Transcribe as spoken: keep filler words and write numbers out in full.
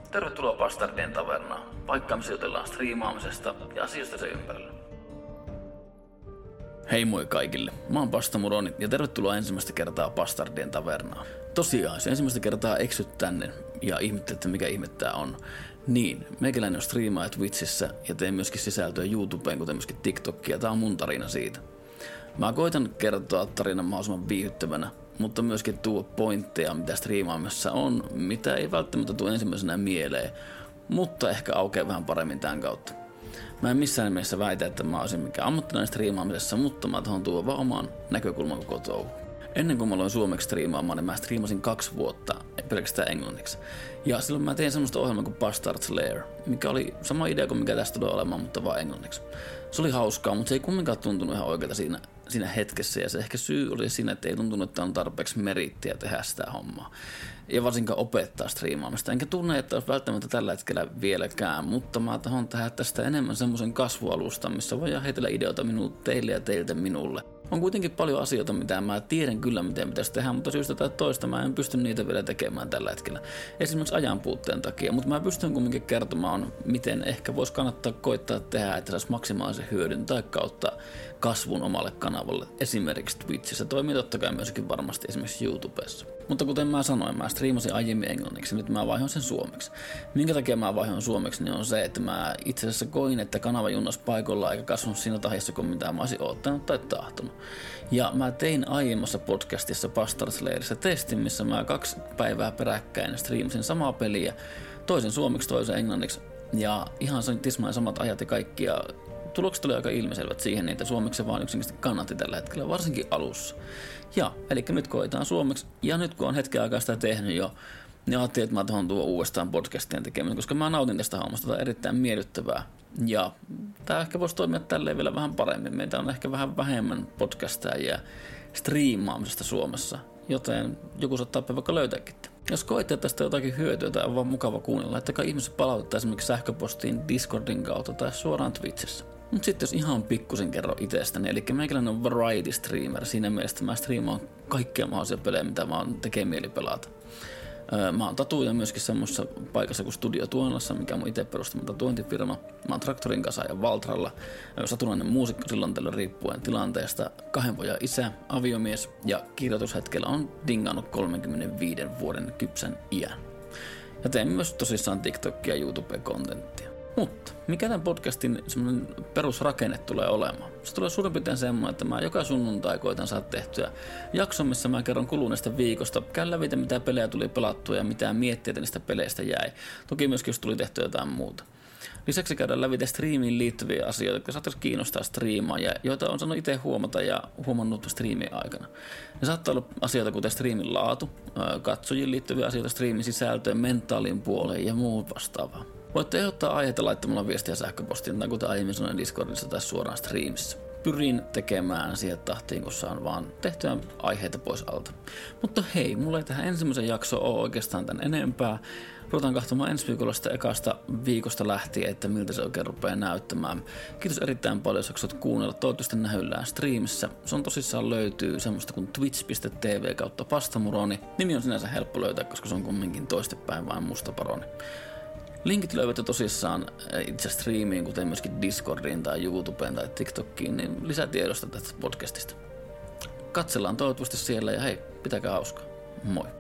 Tervetuloa Bastardien tavernaan, paikka missä jutellaan striimaamisesta ja asioista sen ympärillä. Hei moi kaikille, mä oon Pasta Muroni ja tervetuloa ensimmäistä kertaa Bastardien tavernaan. Tosiaan, jos ensimmäistä kertaa eksyt tänne ja ihmettelet, että mikä ihmettää on, niin meikäläinen on striimaaja Twitchissä ja teen myöskin sisältöä YouTubeen, kuten myöskin TikTokia. Tää on mun tarina siitä. Mä koitan kertoa tarinan mahdollisimman viihdyttävänä, mutta myöskin tuo pointteja, mitä striimaamassa on, mitä ei välttämättä tule ensimmäisenä mieleen, mutta ehkä aukeaa vähän paremmin tämän kautta. Mä en missään nimessä väitä, että mä olisin mikään ammattilainen striimaamisessa, mutta mä tuon tuo vaan oman näkökulman koko touhu. Ennen kuin mä aloin suomeksi striimaamaan, niin mä striimasin kaksi vuotta pelkästään englanniksi. Ja silloin mä tein semmoista ohjelmaa kuin Bastard's Lair, mikä oli sama idea kuin mikä tästä tulee olemaan, mutta vaan englanniksi. Se oli hauskaa, mutta se ei kumminkaan tuntunut ihan oikealta siinä, siinä hetkessä. Ja se ehkä syy oli siinä, että ei tuntunut, että on tarpeeksi merittiä tehdä sitä hommaa. Ja varsinkaan opettaa striimaamista. Enkä tunne, että olisi välttämättä tällä hetkellä vieläkään, mutta mä tahdon tehdä tästä enemmän semmoisen kasvualustan, missä voidaan heitellä ideoita minulle, teille ja teiltä minulle. On kuitenkin paljon asioita, mitä mä tiedän kyllä, miten pitäisi tehdä, mutta syystä tai toista mä en pysty niitä vielä tekemään tällä hetkellä. Esimerkiksi ajan puutteen takia, mutta mä pystyn kumminkin kertomaan, miten ehkä voisi kannattaa koittaa tehdä, että saisi maksimaalisen hyödyn tai kautta kasvun omalle kanavalle. Esimerkiksi Twitchissä toimii totta kai myöskin varmasti esimerkiksi YouTubessa. Mutta kuten mä sanoin, mä striimasin aiemmin englanniksi, nyt mä vaihon sen suomeksi. Minkä takia mä vaihon suomeksi, niin on se, että mä itse asiassa koin, että kanava junnas paikoilla eikä kasvanut siinä tahdissa kuin mitä mä olisin odottanut tai tahtonut. Ja mä tein aiemmassa podcastissa Bastard's Lairissa testin, missä mä kaksi päivää peräkkäin striimasin samaa peliä, toisen suomeksi, toisen englanniksi, ja ihan tismalleen samat ajat ja kaikki, ja tulokset oli aika ilmiselvät siihen, että suomeksi se vaan yksinkertaisesti kannatti tällä hetkellä, varsinkin alussa. Ja, eli nyt koetaan suomeksi, ja nyt kun on hetken aikaa sitä tehnyt jo, niin ajattelin, että mä tuohon tuo uudestaan podcastien tekemään, koska mä nautin tästä hommasta, tämä on erittäin miellyttävää. Ja tämä ehkä voisi toimia tälleen vielä vähän paremmin. Meitä on ehkä vähän vähemmän podcastajia striimaamisesta Suomessa, joten joku saattaa vaikka löytääkin. Jos koette tästä jotakin hyötyä tai on vaan mukava kuunnella, laittakaa ihmiset palautetta esimerkiksi sähköpostiin, Discordin kautta tai suoraan Twitchissä. Mutta sitten jos ihan pikkusen kerro itsestäni, eli meikäläinen on variety streamer, siinä mielessä mä striimaan kaikkia mahdollisia pelejä, mitä mä oon tekee mieli pelata. Mä oon tatuja myöskin semmoisessa paikassa kuin Studio Tuonlassa, mikä on mun itse perustama tatuointifirma. Mä oon traktorin kasaaja Valtralla, satunnainen muusikko silloin tällöin riippuen tilanteesta, kahden pojan isä, aviomies ja kirjoitushetkellä on dingannut kolmenkymmenenviiden vuoden kypsän iän. Ja teen myös tosissaan TikTokia ja YouTube-kontenttia. Mutta mikä tämän podcastin semmoinen perusrakenne tulee olemaan? Se tulee suurin piirtein semmoinen, että mä joka sunnuntai koitan saada tehtyä jakson, missä mä kerron kuluneesta viikosta. Käyn lävitä, mitä pelejä tuli pelattua ja mitä miettiä niistä peleistä jäi. Toki myöskin, jos tuli tehtyä jotain muuta. Lisäksi käydään lävitä striimiin liittyviä asioita, jotka saattaisi kiinnostaa striimaa ja joita on saanut itse huomata ja huomannut striimin aikana. Ne saattaa olla asioita kuten striimin laatu, katsojiin liittyviä asioita, striimin sisältöön, mentaalin puoleen ja muut vastaavaa. Voitte ehdottaa aiheita laittamalla viestiä sähköpostiin tai kuten aiemmin sanoin Discordissa tai suoraan streamissa. Pyrin tekemään siihen tahtiin, kun saan vaan tehtyä aiheita pois alta. Mutta hei, mulla ei tähän ensimmäisen jaksoon ole oikeastaan tän enempää. Ruvetaan katsomaan ensi viikolla sitä ekasta viikosta lähtien, että miltä se oikein rupeaa näyttämään. Kiitos erittäin paljon, jos jaksot kuunnella. Toivottavasti nähyllään streamissä. Se on tosissaan löytyy semmoista kuin twitch piste tv kautta pastamuroni. Nimi on sinänsä helppo löytää, koska se on kumminkin toistepäin vain musta paroni. Linkit löydätte tosissaan itse striimiin, kuten myöskin Discordiin tai YouTubeen tai TikTokiin, niin lisätiedosta tästä podcastista. Katsellaan toivottavasti siellä ja hei, pitäkää hauskaa. Moi!